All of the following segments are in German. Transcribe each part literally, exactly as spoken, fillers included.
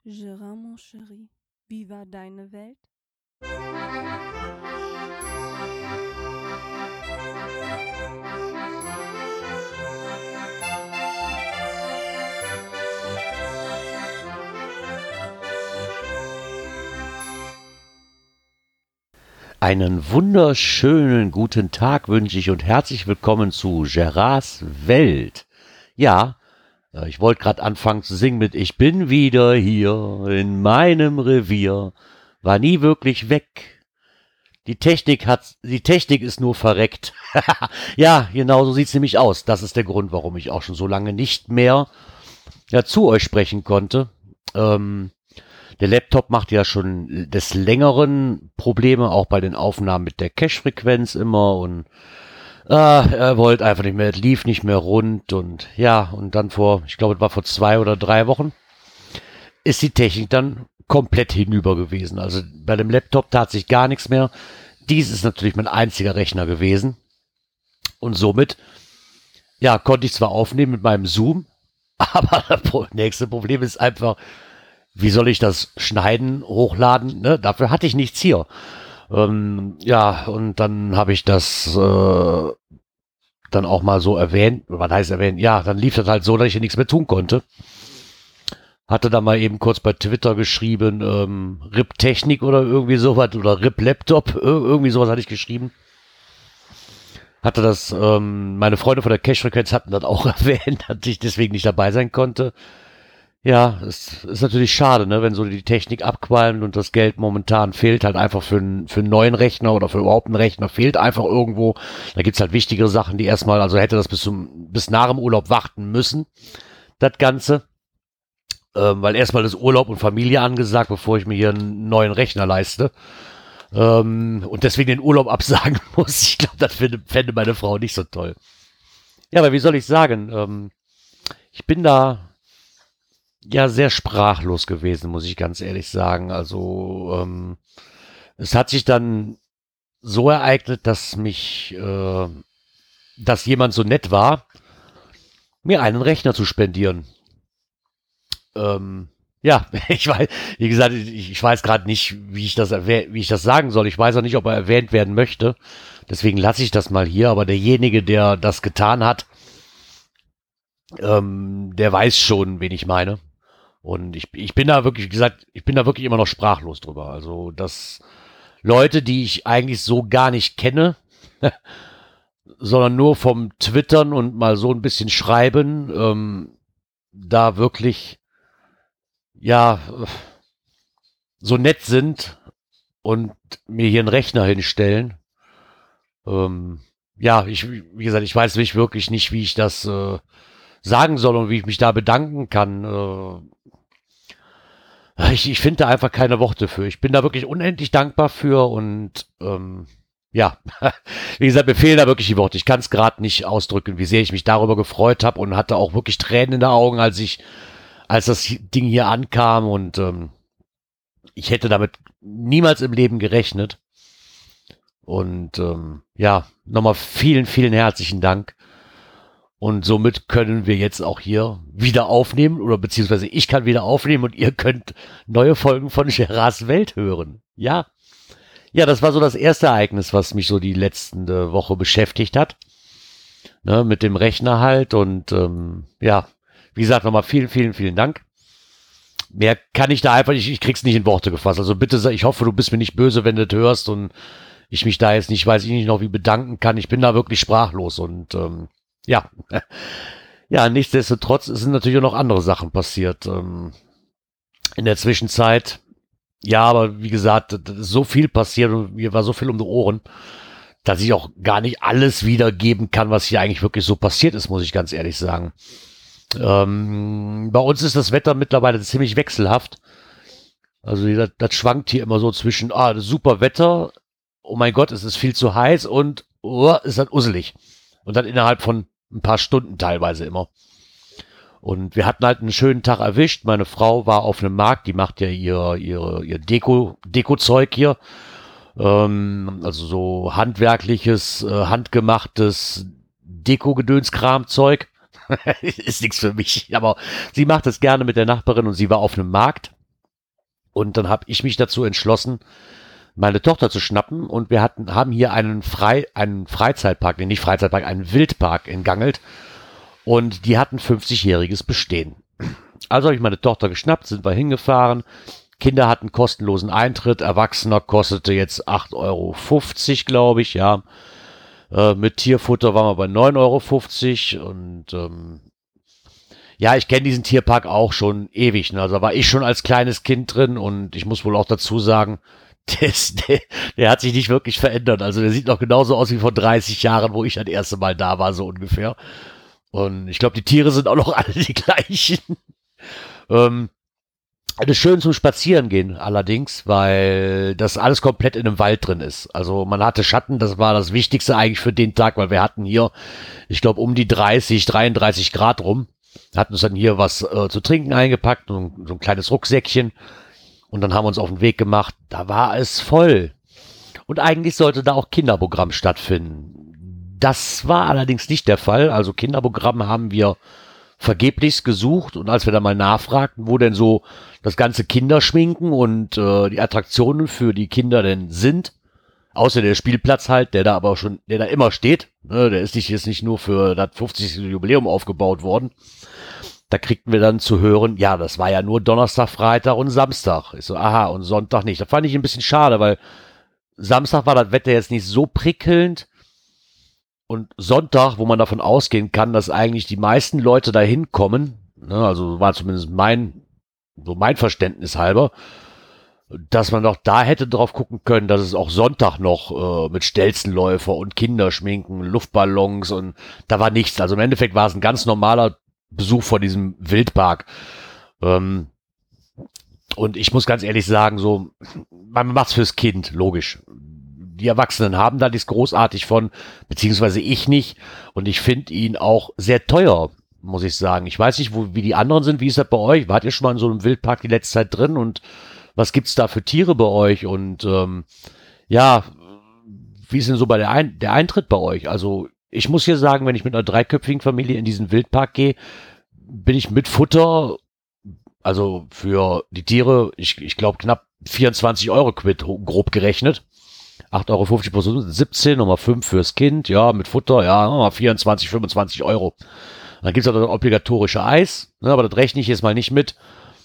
Gérard, mon chéri, wie war deine Welt? Einen wunderschönen guten Tag wünsche ich und herzlich willkommen zu Gérards Welt. Ja, äh, ich wollte gerade anfangen zu singen mit Ich bin wieder hier in meinem Revier, war nie wirklich weg. Die Technik hat, die Technik ist nur verreckt. Ja, genau so sieht's nämlich aus. Das ist der Grund, warum ich auch schon so lange nicht mehr ja, zu euch sprechen konnte. Ähm, Der Laptop macht ja schon des Längeren Probleme, auch bei den Aufnahmen mit der Cache-Frequenz immer und ah, er wollte einfach nicht mehr, es lief nicht mehr rund und ja, und dann vor, ich glaube, es war vor zwei oder drei Wochen, ist die Technik dann komplett hinüber gewesen. Also bei dem Laptop tat sich gar nichts mehr. Dies ist natürlich mein einziger Rechner gewesen und somit, ja, konnte ich zwar aufnehmen mit meinem Zoom, aber das nächste Problem ist einfach, wie soll ich das schneiden, hochladen? Ne? Dafür hatte ich nichts hier. Ähm, ja, und dann habe ich das äh, dann auch mal so erwähnt. Was heißt erwähnt? Ja, dann lief das halt so, dass ich hier nichts mehr tun konnte. Hatte dann mal eben kurz bei Twitter geschrieben, ähm, R I P Technik oder irgendwie sowas oder R I P Laptop, irgendwie sowas hatte ich geschrieben. Hatte das, ähm, meine Freunde von der Cache-Frequenz hatten das auch erwähnt, dass ich deswegen nicht dabei sein konnte. Ja, es ist natürlich schade, ne, wenn so die Technik abqualmt und das Geld momentan fehlt, halt einfach für, einen für einen neuen Rechner oder für überhaupt einen Rechner fehlt einfach irgendwo. Da gibt's halt wichtigere Sachen, die erstmal, also hätte das bis zum, bis nach dem Urlaub warten müssen, das Ganze. Ähm, weil erstmal ist Urlaub und Familie angesagt, bevor ich mir hier einen neuen Rechner leiste. Ähm, und deswegen den Urlaub absagen muss. Ich glaube, das fände, fände meine Frau nicht so toll. Ja, aber wie soll ich sagen, ähm, ich bin da ja sehr sprachlos gewesen, muss ich ganz ehrlich sagen. Also ähm, es hat sich dann so ereignet, dass mich, äh, dass jemand so nett war, mir einen Rechner zu spendieren. Ähm, ja, ich weiß, wie gesagt, ich, ich weiß gerade nicht, wie ich das erwäh- wie ich das sagen soll. Ich weiß auch nicht, ob er erwähnt werden möchte. Deswegen lasse ich das mal hier. Aber derjenige, der das getan hat, ähm, der weiß schon, wen ich meine. Und ich, ich bin da wirklich, wie gesagt, ich bin da wirklich immer noch sprachlos drüber. Also, dass Leute, die ich eigentlich so gar nicht kenne, sondern nur vom Twittern und mal so ein bisschen schreiben, ähm, da wirklich, ja, so nett sind und mir hier einen Rechner hinstellen. Ähm, ja, ich, wie gesagt, ich weiß nicht wirklich nicht, wie ich das äh, sagen soll und wie ich mich da bedanken kann. Äh, Ich, ich finde da einfach keine Worte für. Ich bin da wirklich unendlich dankbar für und ähm, ja, wie gesagt, mir fehlen da wirklich die Worte. Ich kann es gerade nicht ausdrücken, wie sehr ich mich darüber gefreut habe und hatte auch wirklich Tränen in den Augen, als ich, als das Ding hier ankam und ähm, ich hätte damit niemals im Leben gerechnet. Und ähm, ja, nochmal vielen, vielen herzlichen Dank. Und somit können wir jetzt auch hier wieder aufnehmen oder beziehungsweise ich kann wieder aufnehmen und ihr könnt neue Folgen von Gérards Welt hören. Ja, ja, das war so das erste Ereignis, was mich so die letzte Woche beschäftigt hat. Ne, mit dem Rechner halt und ähm, ja, wie gesagt, nochmal vielen, vielen, vielen Dank. Mehr kann ich da einfach nicht, ich krieg's nicht in Worte gefasst. Also bitte, ich hoffe, du bist mir nicht böse, wenn du das hörst und ich mich da jetzt nicht, weiß ich nicht noch, wie bedanken kann. Ich bin da wirklich sprachlos und ähm, ja. Ja, nichtsdestotrotz sind natürlich auch noch andere Sachen passiert. Ähm, in der Zwischenzeit, ja, aber wie gesagt, das ist so viel passiert und mir war so viel um die Ohren, dass ich auch gar nicht alles wiedergeben kann, was hier eigentlich wirklich so passiert ist, muss ich ganz ehrlich sagen. Ähm, bei uns ist das Wetter mittlerweile ziemlich wechselhaft. Also das, das schwankt hier immer so zwischen, ah, super Wetter, oh mein Gott, es ist viel zu heiß und oh, ist das usselig. Und dann innerhalb von ein paar Stunden teilweise immer. Und wir hatten halt einen schönen Tag erwischt. Meine Frau war auf einem Markt, die macht ja ihr, ihre, ihr Deko, Deko-Zeug hier. Ähm, also so handwerkliches, äh, handgemachtes Deko-Gedöns-Kram-Zeug. Ist nichts für mich, aber sie macht es gerne mit der Nachbarin und sie war auf einem Markt. Und dann habe ich mich dazu entschlossen, meine Tochter zu schnappen. Und wir hatten, haben hier einen, Frei, einen Freizeitpark, nee, nicht Freizeitpark, einen Wildpark in Gangelt. Und die hatten fünfzigjähriges Bestehen. Also habe ich meine Tochter geschnappt, sind wir hingefahren. Kinder hatten kostenlosen Eintritt. Erwachsener kostete jetzt acht Euro fünfzig, glaube ich, ja. Äh, mit Tierfutter waren wir bei neun Euro fünfzig. Und ähm, ja, ich kenne diesen Tierpark auch schon ewig. Ne? Also da war ich schon als kleines Kind drin. Und ich muss wohl auch dazu sagen, der, ist, der, der hat sich nicht wirklich verändert. Also der sieht noch genauso aus wie vor dreißig Jahren, wo ich das erste Mal da war, so ungefähr. Und ich glaube, die Tiere sind auch noch alle die gleichen. ähm, Das ist schön zum Spazierengehen allerdings, weil das alles komplett in einem Wald drin ist. Also man hatte Schatten, das war das Wichtigste eigentlich für den Tag, weil wir hatten hier, ich glaube, um die dreißig, dreiunddreißig Grad rum. Hatten uns dann hier was äh, zu trinken eingepackt, so ein, so ein kleines Rucksäckchen. Und dann haben wir uns auf den Weg gemacht. Da war es voll. Und eigentlich sollte da auch Kinderprogramm stattfinden. Das war allerdings nicht der Fall. Also Kinderprogramm haben wir vergeblich gesucht. Und als wir da mal nachfragten, wo denn so das ganze Kinderschminken und äh, die Attraktionen für die Kinder denn sind, außer der Spielplatz halt, der da aber schon, der da immer steht, ne, der ist nicht jetzt nicht nur für das fünfzigste Jubiläum aufgebaut worden. Da kriegten wir dann zu hören, ja, das war ja nur Donnerstag, Freitag und Samstag. Ich so, aha, und Sonntag nicht. Das fand ich ein bisschen schade, weil Samstag war das Wetter jetzt nicht so prickelnd. Und Sonntag, wo man davon ausgehen kann, dass eigentlich die meisten Leute da hinkommen, ne, also war zumindest mein, so mein Verständnis halber, dass man doch da hätte drauf gucken können, dass es auch Sonntag noch äh, mit Stelzenläufer und Kinderschminken, Luftballons und da war nichts. Also im Endeffekt war es ein ganz normaler Besuch von diesem Wildpark. Ähm, und ich muss ganz ehrlich sagen, so, man macht's fürs Kind, logisch. Die Erwachsenen haben da nichts großartig von, beziehungsweise ich nicht. Und ich finde ihn auch sehr teuer, muss ich sagen. Ich weiß nicht, wo, wie die anderen sind. Wie ist das bei euch? Wart ihr schon mal in so einem Wildpark die letzte Zeit drin? Und was gibt's da für Tiere bei euch? Und ähm, ja, wie ist denn so bei der, Ein- der Eintritt bei euch? Also ich muss hier sagen, wenn ich mit einer dreiköpfigen Familie in diesen Wildpark gehe, bin ich mit Futter, also für die Tiere, ich, ich glaube knapp vierundzwanzig Euro quitt, grob gerechnet. acht Euro fünfzig plus siebzehn, Nummer fünf fürs Kind, ja, mit Futter, ja, nochmal vierundzwanzig, fünfundzwanzig Euro. Dann gibt's auch das obligatorische Eis, ne, aber das rechne ich jetzt mal nicht mit.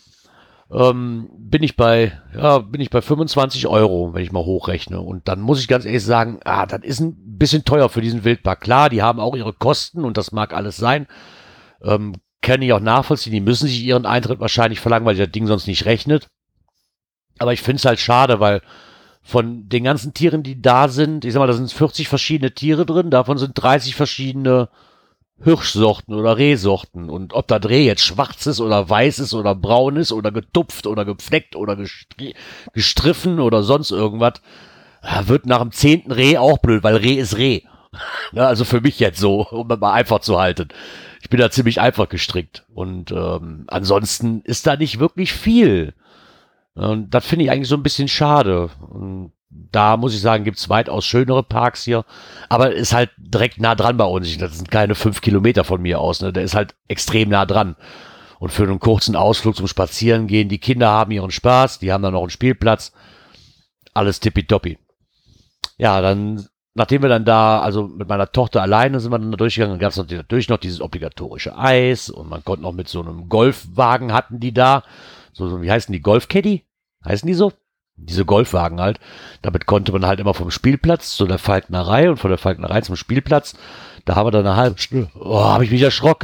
Ähm, bin ich bei, ja, bin ich bei fünfundzwanzig Euro, wenn ich mal hochrechne. Und dann muss ich ganz ehrlich sagen, ah, das ist ein bisschen teuer für diesen Wildpark. Klar, die haben auch ihre Kosten und das mag alles sein. Ähm, kann ich auch nachvollziehen, die müssen sich ihren Eintritt wahrscheinlich verlangen, weil das Ding sonst nicht rechnet. Aber ich finde es halt schade, weil von den ganzen Tieren, die da sind, ich sag mal, da sind vierzig verschiedene Tiere drin, davon sind dreißig verschiedene Hirschsorten oder Rehsorten. Und ob das Reh jetzt schwarz ist oder weiß ist oder braun ist oder getupft oder gepfleckt oder gestri- gestriffen oder sonst irgendwas, wird nach dem zehnten Reh auch blöd, weil Reh ist Reh. Na, also für mich jetzt so, um es mal einfach zu halten. Ich bin da ziemlich einfach gestrickt. Und ähm, ansonsten ist da nicht wirklich viel. Und das finde ich eigentlich so ein bisschen schade. Und da muss ich sagen, gibt es weitaus schönere Parks hier. Aber ist halt direkt nah dran bei uns. Das sind keine fünf Kilometer von mir aus. Ne? Der ist halt extrem nah dran. Und für einen kurzen Ausflug zum Spazierengehen, die Kinder haben ihren Spaß, die haben dann noch einen Spielplatz. Alles tippitoppi. Ja, dann, nachdem wir dann da, also mit meiner Tochter alleine sind wir dann da durchgegangen, dann gab es natürlich noch dieses obligatorische Eis und man konnte noch mit so einem Golfwagen hatten die da. So, so wie heißen die? Golfcaddy? Heißen die so? Diese Golfwagen halt. Damit konnte man halt immer vom Spielplatz zu der Falknerei und von der Falknerei zum Spielplatz. Da haben wir dann eine halbe Stunde. Oh, habe ich mich erschrocken.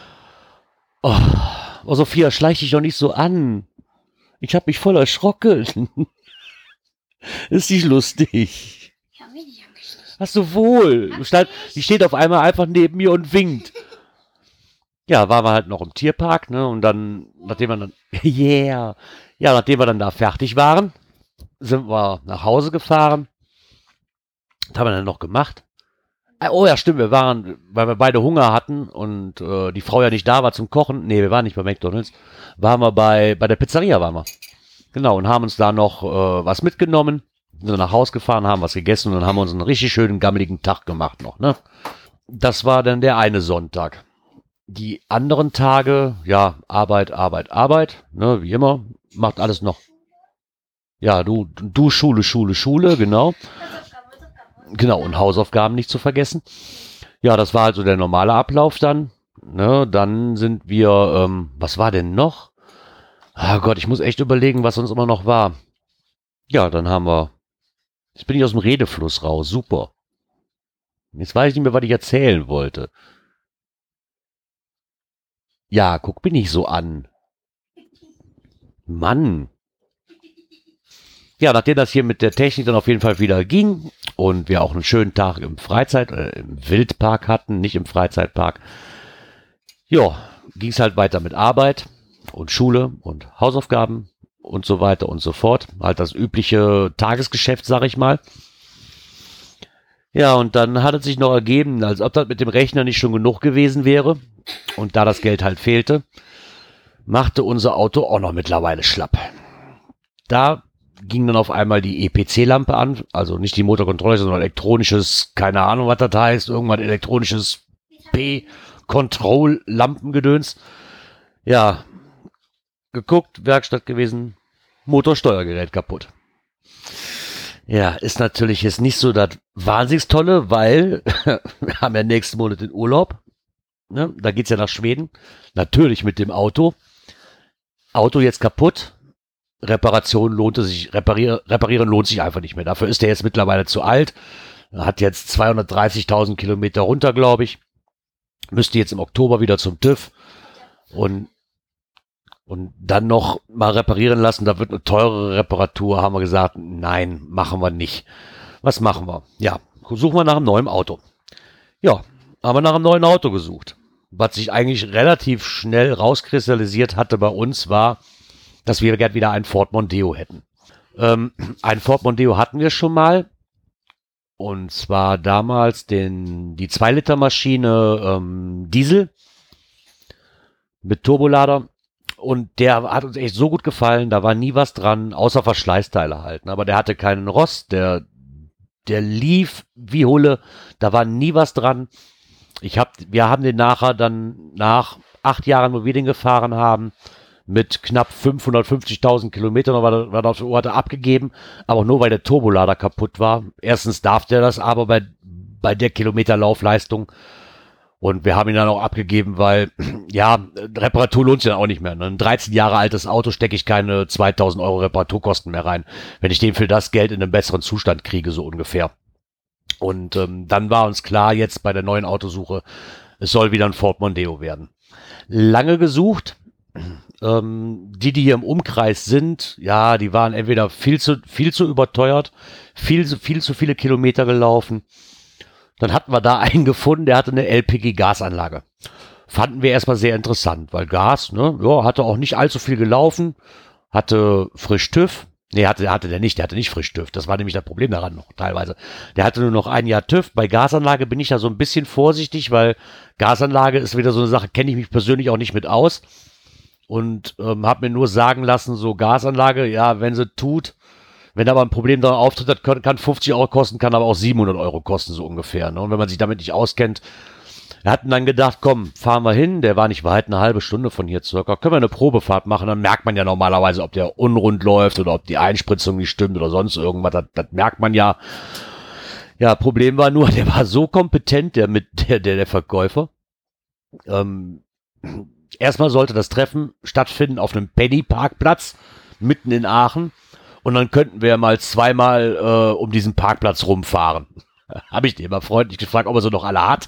Oh, oh, Sophia, schleich dich doch nicht so an. Ich habe mich voll erschrocken. Ist nicht lustig. Ich hab mich nicht angeschlichen. Hast du wohl. Du stand, die steht auf einmal einfach neben mir und winkt. Ja, waren wir halt noch im Tierpark, ne? Und dann, nachdem wir dann, yeah, ja, nachdem wir dann da fertig waren, sind wir nach Hause gefahren. Was haben wir dann noch gemacht? Ah, oh ja, stimmt, wir waren, weil wir beide Hunger hatten und äh, die Frau ja nicht da war zum Kochen. Nee, wir waren nicht bei McDonald's. Waren wir bei, bei der Pizzeria waren wir. Genau, und haben uns da noch äh, was mitgenommen. Sind nach Hause gefahren, haben was gegessen und dann haben wir uns einen richtig schönen, gammeligen Tag gemacht noch, ne? Das war dann der eine Sonntag. Die anderen Tage, ja, Arbeit, Arbeit, Arbeit, ne, wie immer, macht alles noch. Ja, du, du Schule, Schule, Schule, genau. Genau, und Hausaufgaben nicht zu vergessen. Ja, das war also der normale Ablauf dann. Ne, dann sind wir, ähm, was war denn noch? Ah Gott, ich muss echt überlegen, was uns immer noch war. Ja, dann haben wir, jetzt bin ich aus dem Redefluss raus, super. Jetzt weiß ich nicht mehr, was ich erzählen wollte. Ja, guck mich nicht so an. Mann. Ja, nachdem das hier mit der Technik dann auf jeden Fall wieder ging und wir auch einen schönen Tag im Freizeit, äh, im Wildpark hatten, nicht im Freizeitpark, ja, ging es halt weiter mit Arbeit und Schule und Hausaufgaben und so weiter und so fort. Halt das übliche Tagesgeschäft, sag ich mal. Ja, und dann hat es sich noch ergeben, als ob das mit dem Rechner nicht schon genug gewesen wäre. Und da das Geld halt fehlte, machte unser Auto auch noch mittlerweile schlapp. Da ging dann auf einmal die E P C-Lampe an, also nicht die Motorkontrolle, sondern elektronisches, keine Ahnung, was das heißt, irgendwann elektronisches P-Control-Lampengedöns. Ja, geguckt, Werkstatt gewesen, Motorsteuergerät kaputt. Ja, ist natürlich jetzt nicht so das wahnsinnig Tolle, weil wir haben ja nächsten Monat den Urlaub. Ne? Da geht's ja nach Schweden. Natürlich mit dem Auto. Auto jetzt kaputt. Reparation lohnte sich, reparier, reparieren lohnt sich einfach nicht mehr. Dafür ist er jetzt mittlerweile zu alt. Er hat jetzt zweihundertdreißigtausend Kilometer runter, glaube ich. Müsste jetzt im Oktober wieder zum TÜV. Und Und dann noch mal reparieren lassen, da wird eine teurere Reparatur, haben wir gesagt, nein, machen wir nicht. Was machen wir? Ja, suchen wir nach einem neuen Auto. Ja, haben wir nach einem neuen Auto gesucht. Was sich eigentlich relativ schnell rauskristallisiert hatte bei uns, war, dass wir gerne wieder einen Ford Mondeo hätten. Ähm, einen Ford Mondeo hatten wir schon mal. Und zwar damals den, die zwei Liter Maschine ähm, Diesel mit Turbolader. Und der hat uns echt so gut gefallen, da war nie was dran, außer Verschleißteile halt. Aber der hatte keinen Rost, der, der lief wie Hulle, da war nie was dran. Ich hab, wir haben den nachher dann nach acht Jahren, wo wir den gefahren haben, mit knapp fünfhundertfünfzigtausend Kilometern war, war das Orte abgegeben, aber nur weil der Turbolader kaputt war. Erstens darf der das aber bei, bei der Kilometerlaufleistung. Und wir haben ihn dann auch abgegeben, weil, ja, Reparatur lohnt sich dann auch nicht mehr. Ein dreizehn Jahre altes Auto stecke ich keine zweitausend Euro Reparaturkosten mehr rein, wenn ich den für das Geld in einem besseren Zustand kriege, so ungefähr. Und ähm, dann war uns klar, jetzt bei der neuen Autosuche, es soll wieder ein Ford Mondeo werden. Lange gesucht. Ähm, die, die hier im Umkreis sind, ja, die waren entweder viel zu, viel zu überteuert, viel, viel zu viele Kilometer gelaufen. Dann hatten wir da einen gefunden, der hatte eine L P G-Gasanlage. Fanden wir erstmal sehr interessant, weil Gas, ne, ja, hatte auch nicht allzu viel gelaufen, hatte frisch TÜV. Nee, hatte, hatte der nicht, der hatte nicht frisch TÜV. Das war nämlich das Problem daran noch teilweise. Der hatte nur noch ein Jahr TÜV. Bei Gasanlage bin ich da so ein bisschen vorsichtig, weil Gasanlage ist wieder so eine Sache, kenne ich mich persönlich auch nicht mit aus. Und ähm, habe mir nur sagen lassen, so Gasanlage, ja, wenn sie tut, wenn aber ein Problem daran auftritt, das kann, kann fünfzig Euro kosten, kann aber auch siebenhundert Euro kosten, so ungefähr. Ne? Und wenn man sich damit nicht auskennt, wir hatten dann gedacht, komm, fahren wir hin, der war nicht weit, eine halbe Stunde von hier circa, können wir eine Probefahrt machen, dann merkt man ja normalerweise, ob der unrund läuft oder ob die Einspritzung nicht stimmt oder sonst irgendwas, das, das merkt man ja. Ja, Problem war nur, der war so kompetent, der mit der, der, der Verkäufer. Ähm, erstmal sollte das Treffen stattfinden auf einem Penny-Parkplatz mitten in Aachen. Und dann könnten wir mal zweimal äh, um diesen Parkplatz rumfahren. Habe ich den mal freundlich gefragt, ob er so noch alle hat.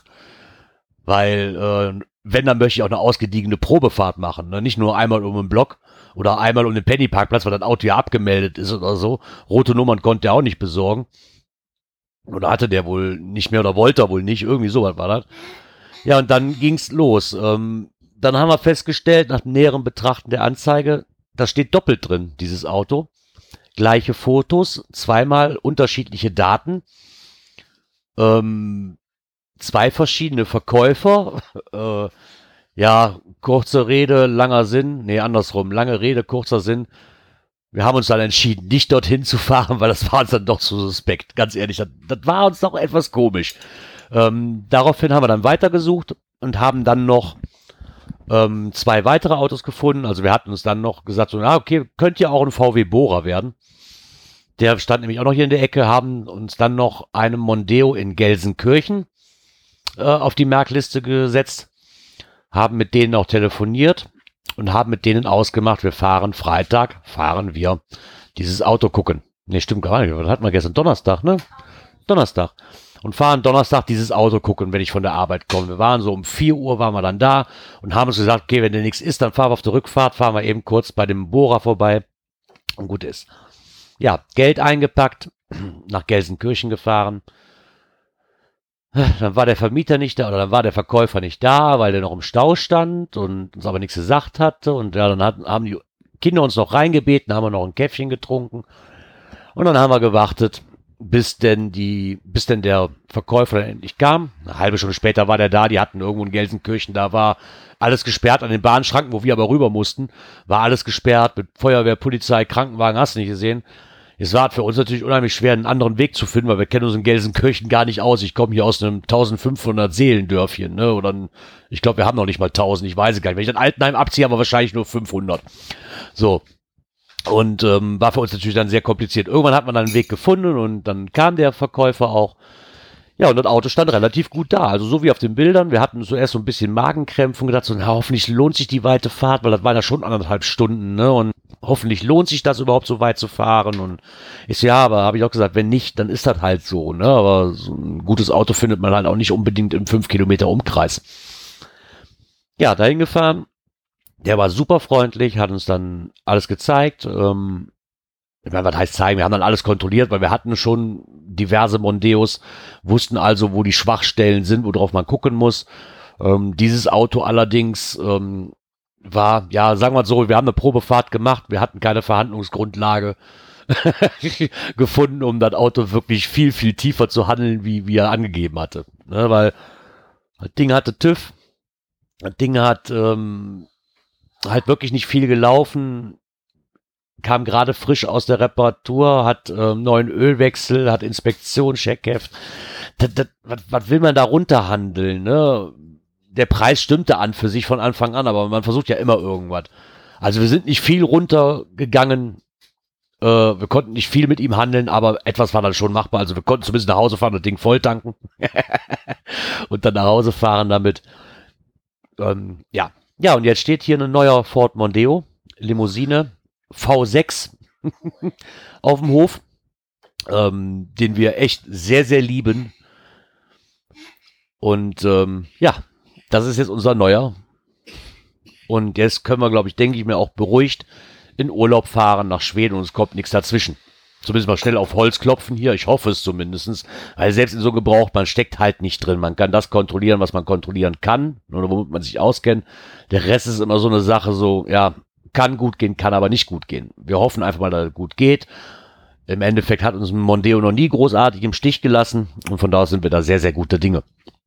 Weil, äh, wenn, dann möchte ich auch eine ausgediegene Probefahrt machen. Ne? Nicht nur einmal um den Block oder einmal um den Penny-Parkplatz, weil das Auto ja abgemeldet ist oder so. Rote Nummern konnte er auch nicht besorgen. Oder hatte der wohl nicht mehr oder wollte er wohl nicht. Irgendwie sowas war das. Ja, und dann ging's los. Ähm, dann haben wir festgestellt, nach näherem Betrachten der Anzeige, da steht doppelt drin, dieses Auto. Gleiche Fotos, zweimal unterschiedliche Daten, ähm, zwei verschiedene Verkäufer, äh, ja, kurze Rede, langer Sinn, nee, andersrum, lange Rede, kurzer Sinn. Wir haben uns dann entschieden, nicht dorthin zu fahren, weil das war uns dann doch zu suspekt, ganz ehrlich, das, das war uns doch etwas komisch. Ähm, daraufhin haben wir dann weitergesucht und haben dann noch ähm, zwei weitere Autos gefunden, also wir hatten uns dann noch gesagt, so, na okay, könnte ja auch ein V W Bora werden. Der stand nämlich auch noch hier in der Ecke, haben uns dann noch einen Mondeo in Gelsenkirchen äh, auf die Merkliste gesetzt, haben mit denen auch telefoniert und haben mit denen ausgemacht, wir fahren Freitag, fahren wir dieses Auto gucken. Ne, stimmt gar nicht, das hatten wir gestern Donnerstag, ne? Donnerstag. Und fahren Donnerstag dieses Auto gucken, wenn ich von der Arbeit komme. Wir waren so um vier Uhr, waren wir dann da und haben uns gesagt, okay, wenn der nichts ist, dann fahren wir auf der Rückfahrt, fahren wir eben kurz bei dem Bohrer vorbei und gut ist. Ja, Geld eingepackt, nach Gelsenkirchen gefahren. Dann war der Vermieter nicht da oder dann war der Verkäufer nicht da, weil der noch im Stau stand und uns aber nichts gesagt hatte. Und ja, dann hatten, haben die Kinder uns noch reingebeten, haben wir noch ein Käffchen getrunken. Und dann haben wir gewartet, bis denn die, bis denn der Verkäufer dann endlich kam. Eine halbe Stunde später war der da, die hatten irgendwo in Gelsenkirchen, da war alles gesperrt an den Bahnschranken, wo wir aber rüber mussten, war alles gesperrt mit Feuerwehr, Polizei, Krankenwagen, hast du nicht gesehen. Es war für uns natürlich unheimlich schwer, einen anderen Weg zu finden, weil wir kennen uns in Gelsenkirchen gar nicht aus. Ich komme hier aus einem eintausendfünfhundert Seelendörfchen, ne, oder ein, ich glaube, wir haben noch nicht mal tausend, ich weiß es gar nicht. Wenn ich dann Altenheim abziehe, haben wir wahrscheinlich nur fünfhundert. So. Und ähm, war für uns natürlich dann sehr kompliziert. Irgendwann hat man dann einen Weg gefunden und dann kam der Verkäufer auch. Ja, und das Auto stand relativ gut da. Also so wie auf den Bildern. Wir hatten zuerst so ein bisschen Magenkrämpfe und gedacht, so, na, hoffentlich lohnt sich die weite Fahrt, weil das waren ja schon anderthalb Stunden, ne? Und hoffentlich lohnt sich das überhaupt so weit zu fahren. Und ich so, ja, aber habe ich auch gesagt, wenn nicht, dann ist das halt so, ne? Aber so ein gutes Auto findet man halt auch nicht unbedingt im fünf Kilometer Umkreis. Ja, dahin gefahren. Der war super freundlich, hat uns dann alles gezeigt. Ähm, ich meine, was heißt zeigen? Wir haben dann alles kontrolliert, weil wir hatten schon diverse Mondeos, wussten also, wo die Schwachstellen sind, worauf man gucken muss. Ähm, dieses Auto allerdings ähm, war, ja, sagen wir mal so, wir haben eine Probefahrt gemacht, wir hatten keine Verhandlungsgrundlage gefunden, um das Auto wirklich viel, viel tiefer zu handeln, wie, wie er angegeben hatte. Ne, weil das Ding hatte TÜV, das Ding hat ähm, halt wirklich nicht viel gelaufen, kam gerade frisch aus der Reparatur, hat ähm, neuen Ölwechsel, hat Inspektion, Checkheft. Das, das, was, was will man da runterhandeln, ne? Der Preis stimmte an für sich von Anfang an, aber man versucht ja immer irgendwas. Also wir sind nicht viel runtergegangen, äh, wir konnten nicht viel mit ihm handeln, aber etwas war dann schon machbar. Also wir konnten zumindest nach Hause fahren, das Ding voll tanken und dann nach Hause fahren damit. Ähm, ja. Ja, und jetzt steht hier ein neuer Ford Mondeo, Limousine, V sechs auf dem Hof, ähm, den wir echt sehr, sehr lieben. Und ähm, ja, das ist jetzt unser neuer. Und jetzt können wir, glaube ich, denke ich mir, auch beruhigt in Urlaub fahren nach Schweden und es kommt nichts dazwischen. Zumindest mal schnell auf Holz klopfen hier, ich hoffe es zumindest, weil selbst in so Gebrauch, man steckt halt nicht drin. Man kann das kontrollieren, was man kontrollieren kann, oder womit man sich auskennt. Der Rest ist immer so eine Sache, so, ja, kann gut gehen, kann aber nicht gut gehen. Wir hoffen einfach mal, dass es gut geht. Im Endeffekt hat uns ein Mondeo noch nie großartig im Stich gelassen und von daher sind wir da sehr, sehr gute Dinge.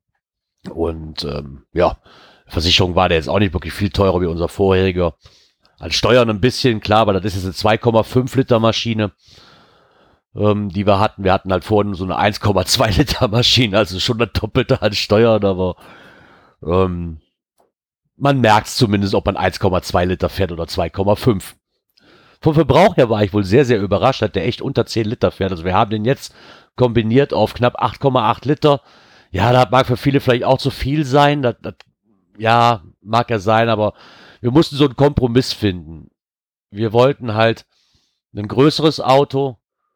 Und ähm, ja, Versicherung war der jetzt auch nicht wirklich viel teurer wie unser vorheriger. Als Steuern ein bisschen, klar, aber das ist jetzt eine zwei Komma fünf Liter Maschine, ähm, die wir hatten. Wir hatten halt vorhin so eine eins Komma zwei Liter Maschine, also schon das Doppelte an Steuern, aber ähm, man merkt es zumindest, ob man eins Komma zwei Liter fährt oder zwei Komma fünf. Vom Verbrauch her war ich wohl sehr, sehr überrascht, dass der echt unter zehn Liter fährt. Also wir haben den jetzt kombiniert auf knapp acht Komma acht Liter. Ja, das mag für viele vielleicht auch zu viel sein. Das, das, ja, mag ja sein, aber wir mussten so einen Kompromiss finden. Wir wollten halt ein größeres Auto.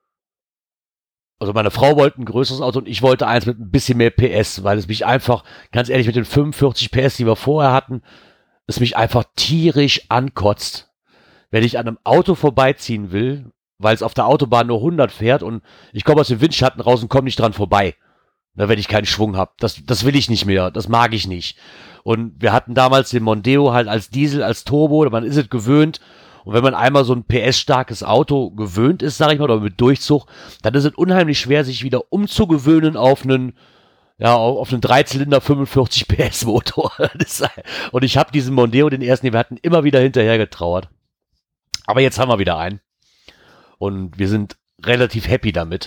Also meine Frau wollte ein größeres Auto und ich wollte eins mit ein bisschen mehr P S, weil es mich einfach, ganz ehrlich, mit den fünfundvierzig P S, die wir vorher hatten, es mich einfach tierisch ankotzt, wenn ich an einem Auto vorbeiziehen will, weil es auf der Autobahn nur hundert fährt und ich komme aus dem Windschatten raus und komme nicht dran vorbei. Na, wenn ich keinen Schwung habe. Das, das will ich nicht mehr. Das mag ich nicht. Und wir hatten damals den Mondeo halt als Diesel, als Turbo. Man ist es gewöhnt. Und wenn man einmal so ein P S-starkes Auto gewöhnt ist, sag ich mal, oder mit Durchzug, dann ist es unheimlich schwer, sich wieder umzugewöhnen auf einen, ja, auf einen Dreizylinder fünfundvierzig P S Motor. Und ich habe diesen Mondeo, den ersten, den wir hatten, immer wieder hinterher getrauert. Aber jetzt haben wir wieder einen. Und wir sind relativ happy damit.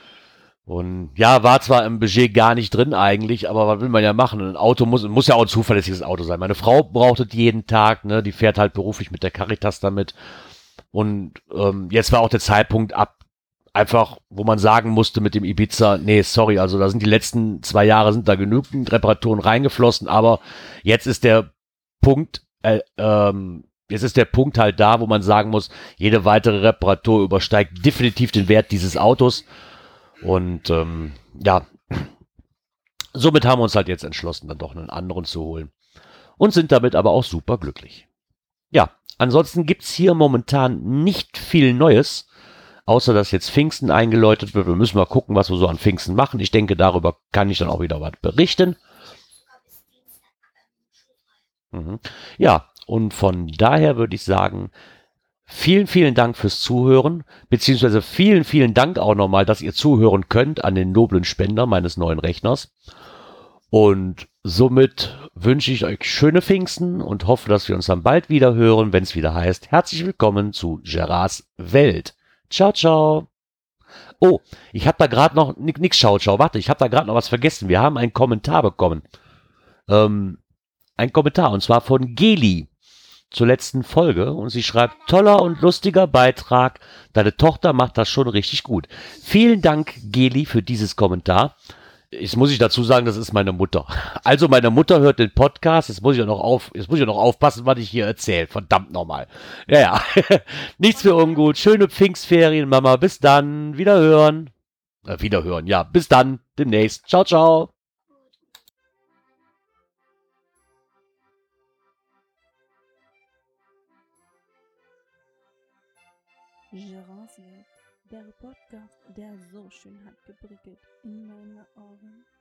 Und ja, war zwar im Budget gar nicht drin eigentlich, aber was will man ja machen? Ein Auto muss, muss ja auch ein zuverlässiges Auto sein. Meine Frau braucht es jeden Tag, ne? Die fährt halt beruflich mit der Caritas damit. Und ähm, jetzt war auch der Zeitpunkt ab, einfach, wo man sagen musste mit dem Ibiza, nee, sorry, also da sind die letzten zwei Jahre sind da genügend Reparaturen reingeflossen, aber jetzt ist der Punkt, äh, ähm, jetzt ist der Punkt halt da, wo man sagen muss, jede weitere Reparatur übersteigt definitiv den Wert dieses Autos und ähm, ja, somit haben wir uns halt jetzt entschlossen, dann doch einen anderen zu holen und sind damit aber auch super glücklich. Ja, ansonsten gibt's hier momentan nicht viel Neues, außer dass jetzt Pfingsten eingeläutet wird. Wir müssen mal gucken, was wir so an Pfingsten machen. Ich denke, darüber kann ich dann auch wieder was berichten. Mhm. Ja, und von daher würde ich sagen, vielen, vielen Dank fürs Zuhören, beziehungsweise vielen, vielen Dank auch nochmal, dass ihr zuhören könnt an den noblen Spender meines neuen Rechners. Und somit wünsche ich euch schöne Pfingsten und hoffe, dass wir uns dann bald wieder hören, wenn es wieder heißt, herzlich willkommen zu Gerards Welt. Ciao, ciao. Oh, ich habe da gerade noch, nix, ciao, ciao, warte, ich habe da gerade noch was vergessen. Wir haben einen Kommentar bekommen. Ähm, ein Kommentar, und zwar von Geli zur letzten Folge. Und sie schreibt, toller und lustiger Beitrag. Deine Tochter macht das schon richtig gut. Vielen Dank, Geli, für dieses Kommentar. Jetzt muss ich dazu sagen, das ist meine Mutter. Also meine Mutter hört den Podcast. Jetzt muss ich ja noch auf, jetzt muss ich ja noch aufpassen, was ich hier erzähle. Verdammt nochmal. Ja, ja. Nichts für ungut. Schöne Pfingstferien, Mama. Bis dann. Wiederhören. Äh, wiederhören. Ja, bis dann. Demnächst. Ciao, ciao. Gerards Welt, der Podcast, der so schön hat geprickelt in meine Ohren.